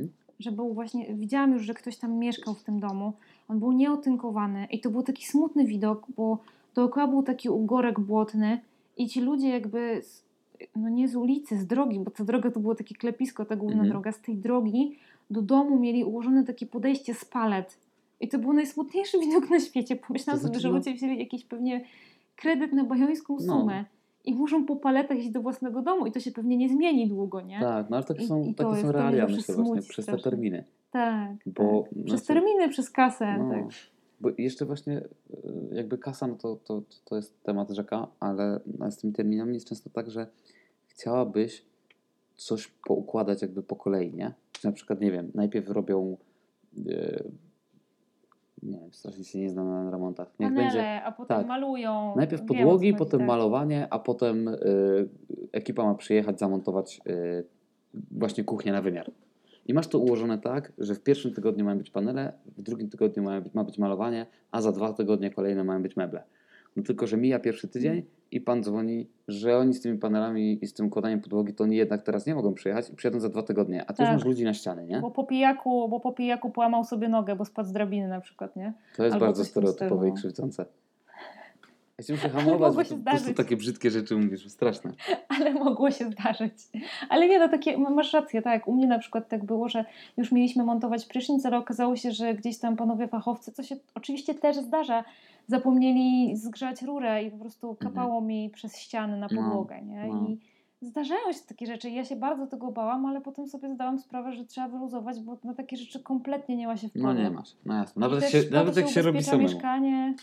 że był właśnie, widziałam już, że ktoś tam mieszkał w tym domu, on był nieotynkowany i to był taki smutny widok, bo dookoła był taki ugorek błotny i ci ludzie jakby, z, no nie z ulicy, z drogi, bo ta droga to było takie klepisko, ta główna Mhm. droga, z tej drogi do domu mieli ułożone takie podejście z palet i to był najsmutniejszy widok na świecie. Pomyślałam To znaczy, sobie, że no- ludzie wzięli jakiś pewnie kredyt na bajońską No. sumę i muszą po paletach iść do własnego domu i to się pewnie nie zmieni długo, nie? Tak, no ale takie I- są, i to takie jest- są to mnie realia, zawsze myślę, właśnie smuci przez te strasznie. terminy. Tak, Bo, tak. Przez znaczy, terminy, przez kasę. no, Tak. bo jeszcze właśnie y, jakby kasa, no to, to, to jest temat rzeka, ale z tymi terminami jest często tak, że chciałabyś coś poukładać jakby po kolei, nie? Czy na przykład, nie wiem, najpierw robią y, nie wiem, strasznie się nie znam na remontach. Niech Panele, będzie a potem tak. malują. Najpierw Wiem, o co podłogi, chodzi, potem tak. malowanie, a potem y, ekipa ma przyjechać, zamontować y, właśnie kuchnię na wymiar. I masz to ułożone tak, że w pierwszym tygodniu mają być panele, w drugim tygodniu ma być, ma być malowanie, a za dwa tygodnie kolejne mają być meble. No tylko, że mija pierwszy tydzień i pan dzwoni, że oni z tymi panelami i z tym układaniem podłogi, to oni jednak teraz nie mogą przyjechać i przyjadą za dwa tygodnie, a ty już Tak. masz ludzi na ściany, nie? Bo po pijaku, bo po pijaku połamał sobie nogę, bo spadł z drabiny na przykład, nie? To jest Albo bardzo coś w tym stereotypowe stylu, i no. krzywdzące. Ja się muszę hamować, Mogło bo się to po prostu zdarzyć. takie brzydkie rzeczy mówisz, straszne. Ale mogło się zdarzyć. Ale nie, no takie, masz rację, tak. U mnie na przykład tak było, że już mieliśmy montować prysznic, ale okazało się, że gdzieś tam panowie fachowcy, co się oczywiście też zdarza, zapomnieli zgrzać rurę i po prostu kapało mi przez ściany na No, podłogę, nie? no. I zdarzają się takie rzeczy. Ja się bardzo tego bałam, ale potem sobie zdałam sprawę, że trzeba wyluzować, bo na takie rzeczy kompletnie nie ma się wpływu. No nie masz, no jasne. I Nawet, też się, po nawet to jak się robi ubezpiecza samemu. mieszkanie.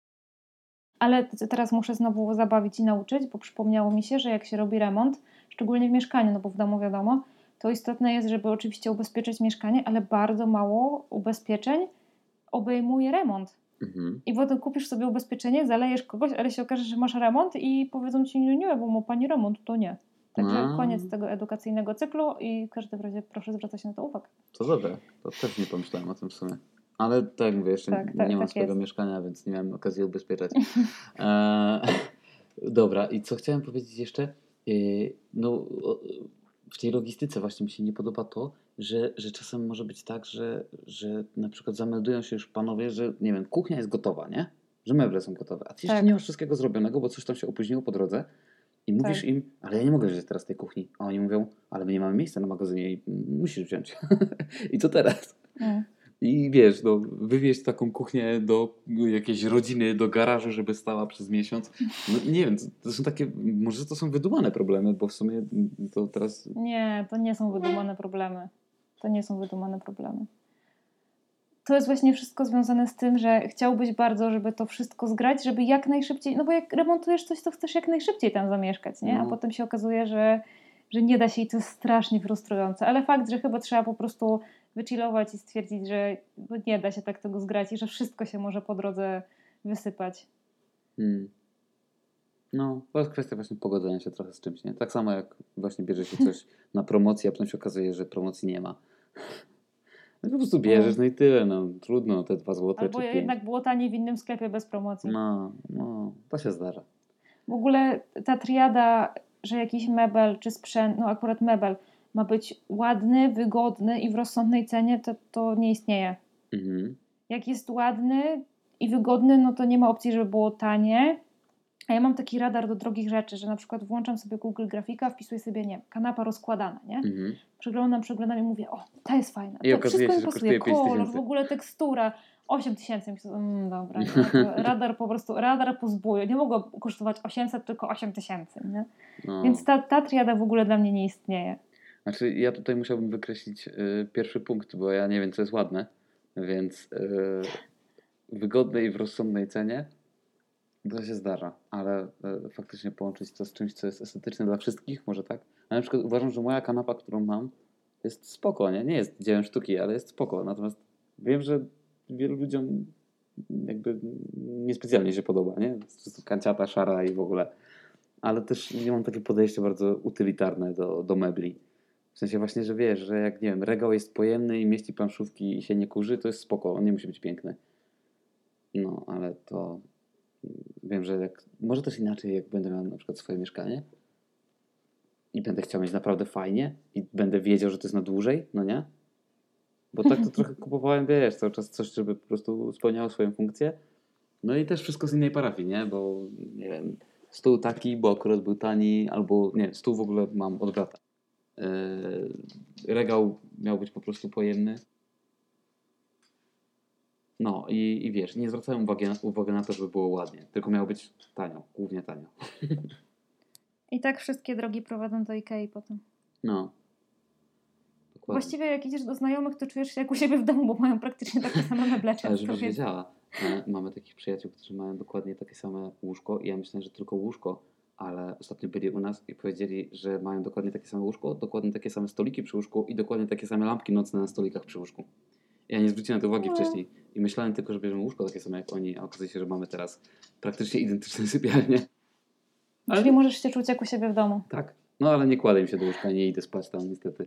Ale t- teraz muszę znowu zabawić i nauczyć, bo przypomniało mi się, że jak się robi remont, szczególnie w mieszkaniu, no bo w domu wiadomo, to istotne jest, żeby oczywiście ubezpieczyć mieszkanie, ale bardzo mało ubezpieczeń obejmuje remont. Mhm. I potem kupisz sobie ubezpieczenie, zalejesz kogoś, ale się okaże, że masz remont i powiedzą ci, nie, nie, bo ma pani remont, to nie. Także A. koniec tego edukacyjnego cyklu i w każdym razie proszę zwracać na to uwagę. To dobre, to też nie pomyślałem o tym w sumie. Ale tak jak mówię, jeszcze Tak, tak, nie mam tak swojego jest. mieszkania, więc nie miałem okazji ubezpieczać. e, dobra, i co chciałem powiedzieć jeszcze? E, no, o, w tej logistyce właśnie mi się nie podoba to, że, że czasem może być tak, że, że na przykład zameldują się już panowie, że nie wiem, kuchnia jest gotowa, nie? Że meble są gotowe, a ty jeszcze Tak. nie masz wszystkiego zrobionego, bo coś tam się opóźniło po drodze i mówisz Tak. im, ale ja nie mogę wziąć teraz tej kuchni. A oni mówią, ale my nie mamy miejsca na magazynie i musisz wziąć. I co teraz? Mm. I wiesz, no, wywieźć taką kuchnię do jakiejś rodziny, do garażu, żeby stała przez miesiąc. No nie wiem, to, to są takie, może to są wydumane problemy, bo w sumie to teraz... Nie, to nie są wydumane problemy. To nie są wydumane problemy. To jest właśnie wszystko związane z tym, że chciałbyś bardzo, żeby to wszystko zgrać, żeby jak najszybciej, no bo jak remontujesz coś, to chcesz jak najszybciej tam zamieszkać, nie? A No. potem się okazuje, że, że nie da się i to jest strasznie frustrujące. Ale fakt, że chyba trzeba po prostu wychillować i stwierdzić, że no nie da się tak tego zgrać i że wszystko się może po drodze wysypać. Hmm. No, to jest kwestia właśnie pogodzenia się trochę z czymś, nie? Tak samo jak właśnie bierze się coś na promocję, a potem się okazuje, że promocji nie ma. No po prostu bierzesz, no i tyle, no trudno, te dwa złote Albo czy pięć. jednak było taniej w innym sklepie bez promocji. No, no, to się zdarza. W ogóle ta triada, że jakiś mebel czy sprzęt, no akurat mebel, ma być ładny, wygodny i w rozsądnej cenie, to, to nie istnieje. Mhm. Jak jest ładny i wygodny, no to nie ma opcji, żeby było tanie. A ja mam taki radar do drogich rzeczy, że na przykład włączam sobie Google Grafika, wpisuję sobie, nie wiem, kanapa rozkładana, nie? Mhm. Przeglądam, przeglądam i mówię, o, ta jest fajna. I To okazuje wszystko się, mi że pasuje, kosztuje pięć kolor, tysięcy. w ogóle tekstura. osiem tysięcy. Myślę, mm, dobra, nie? To radar po prostu, radar po zbóju. Nie mogło kosztować osiemset, tylko osiem tysięcy, nie? No. Więc ta, ta triada w ogóle dla mnie nie istnieje. Znaczy, ja tutaj musiałbym wykreślić y, pierwszy punkt, bo ja nie wiem, co jest ładne, więc y, wygodne i w rozsądnej cenie to się zdarza, ale y, faktycznie połączyć to z czymś, co jest estetyczne dla wszystkich, może tak? A na przykład uważam, że moja kanapa, którą mam, jest spoko, nie? Nie jest dziełem sztuki, ale jest spoko, natomiast wiem, że wielu ludziom jakby niespecjalnie się podoba, nie? Jest po prostu kanciata, szara i w ogóle. Ale też nie mam takie podejście bardzo utylitarne do, do mebli. W sensie właśnie, że wiesz, że jak, nie wiem, regał jest pojemny i mieści planszówki i się nie kurzy, to jest spoko, on nie musi być piękny. No, ale to wiem, że jak, może też inaczej, jak będę miał na przykład swoje mieszkanie i będę chciał mieć naprawdę fajnie i będę wiedział, że to jest na dłużej, no nie? Bo tak to trochę kupowałem, wiesz, cały czas coś, żeby po prostu spełniało swoją funkcję. No i też wszystko z innej parafii, nie? Bo nie wiem, stół taki, bo akurat był tani, albo nie, stół w ogóle mam od brata. Yy, regał miał być po prostu pojemny. No i, i wiesz, nie zwracałem uwagi na, uwagi na to, żeby było ładnie, tylko miało być tanio, głównie tanio. I tak wszystkie drogi prowadzą do Ikei potem. No. Dokładnie. Właściwie jak idziesz do znajomych, to czujesz się jak u siebie w domu, bo mają praktycznie takie same meblecze. Ale żebyś wiedziała, e, mamy takich przyjaciół, którzy mają dokładnie takie same łóżko i ja myślę, że tylko łóżko, ale ostatnio byli u nas i powiedzieli, że mają dokładnie takie same łóżko, dokładnie takie same stoliki przy łóżku i dokładnie takie same lampki nocne na stolikach przy łóżku. Ja nie zwróciłem na to uwagi No. wcześniej i myślałem tylko, że bierzemy łóżko takie same jak oni, a okazuje się, że mamy teraz praktycznie identyczne sypialnie. Ale Czyli możesz się czuć jak u siebie w domu. tak, no ale nie kładę im się do łóżka, nie idę spać tam niestety.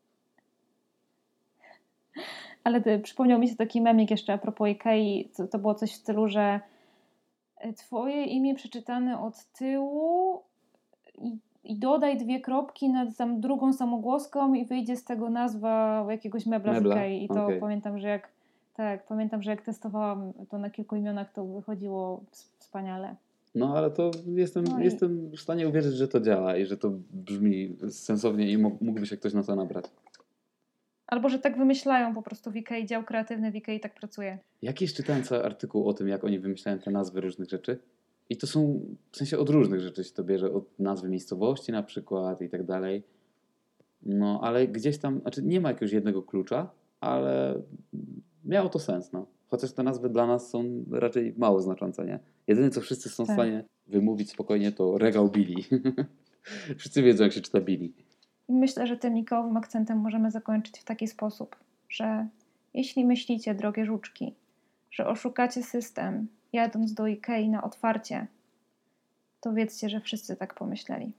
Ale ty, przypomniał mi się taki memik jeszcze a propos Ikei. To, to było coś w stylu, że twoje imię przeczytane od tyłu i, i dodaj dwie kropki nad tam drugą samogłoską i wyjdzie z tego nazwa jakiegoś mebla, Mebla? z Ikei. I to Okej. pamiętam, że jak tak, pamiętam, że jak testowałam to na kilku imionach, to wychodziło wspaniale. No ale to jestem, No i- jestem w stanie uwierzyć, że to działa i że to brzmi sensownie i mógł- mógłby się ktoś na to nabrać. Albo że tak wymyślają po prostu w Ikei, dział kreatywny w Ikei tak pracuje. Jakiś czytałem cały artykuł o tym, jak oni wymyślają te nazwy różnych rzeczy. I to są, w sensie od różnych rzeczy się to bierze, od nazwy miejscowości na przykład i tak dalej. No, ale gdzieś tam, znaczy nie ma jakiegoś jednego klucza, ale miało to sens, no. Chociaż te nazwy dla nas są raczej mało znaczące, nie? Jedyne, co wszyscy są w Tak. stanie wymówić spokojnie, to regał Billy. Wszyscy wiedzą, jak się czyta Billy. I myślę, że tym ikołowym akcentem możemy zakończyć w taki sposób, że jeśli myślicie, drogie żuczki, że oszukacie system, jadąc do Ikei na otwarcie, to wiedzcie, że wszyscy tak pomyśleli.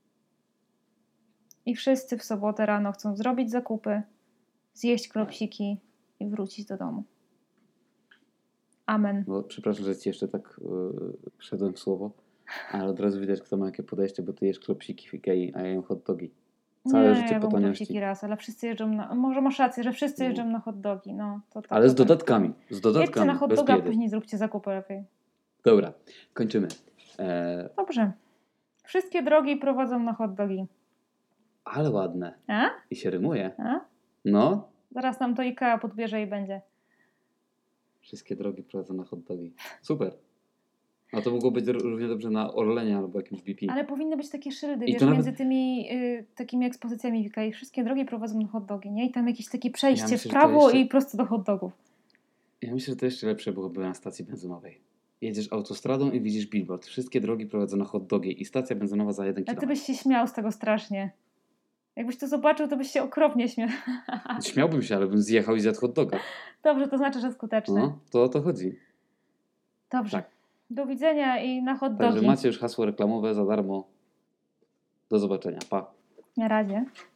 I wszyscy w sobotę rano chcą zrobić zakupy, zjeść klopsiki i wrócić do domu. Amen. Bo, przepraszam, że ci jeszcze tak yy, wszedłem w słowo, ale od razu widać, kto ma jakie podejście, bo ty jesz klopsiki w Ikei, a ja jem hot dogi. Całe Nie, życie ja po bym taniości. klopsiki raz, ale wszyscy jeżdżą na... Może masz rację, że wszyscy No. jeżdżą na hot dogi. No, to tak, Ale z to tak. dodatkami, z Jedźcie dodatkami, na hot bez doga, a biedy. później zróbcie zakupy lepiej. Dobra, kończymy. E, Dobrze. Wszystkie drogi prowadzą na hot dogi. ale ładne. A? I się rymuje. A? No, Zaraz nam to Ikea podbierze i będzie. wszystkie drogi prowadzą na hot dogi. Super. A to mogło być równie dobrze na Orlenie albo jakimś B P. Ale powinny być takie szyldy, I wiesz, to nawet- między tymi y, takimi ekspozycjami w Ikei. Wszystkie drogi prowadzą na hot dogi, nie? I tam jakieś takie przejście Ja myślę, w że prawo to jeszcze- i prosto do hot dogów. Ja myślę, że to jeszcze lepsze byłoby na stacji benzynowej. Jedziesz autostradą i widzisz billboard. Wszystkie drogi prowadzą na hot dogi i stacja benzynowa za jeden Ale ty kilometr. byś się śmiał z tego strasznie. Jakbyś to zobaczył, to byś się okropnie śmiał. Śmiałbym się, ale bym zjechał i zjadł hot doga. Dobrze, to znaczy, że skuteczne. No, to o to chodzi. Dobrze. tak. Do widzenia i na hot Także dogi. macie już hasło reklamowe za darmo. Do zobaczenia. Pa. Na razie.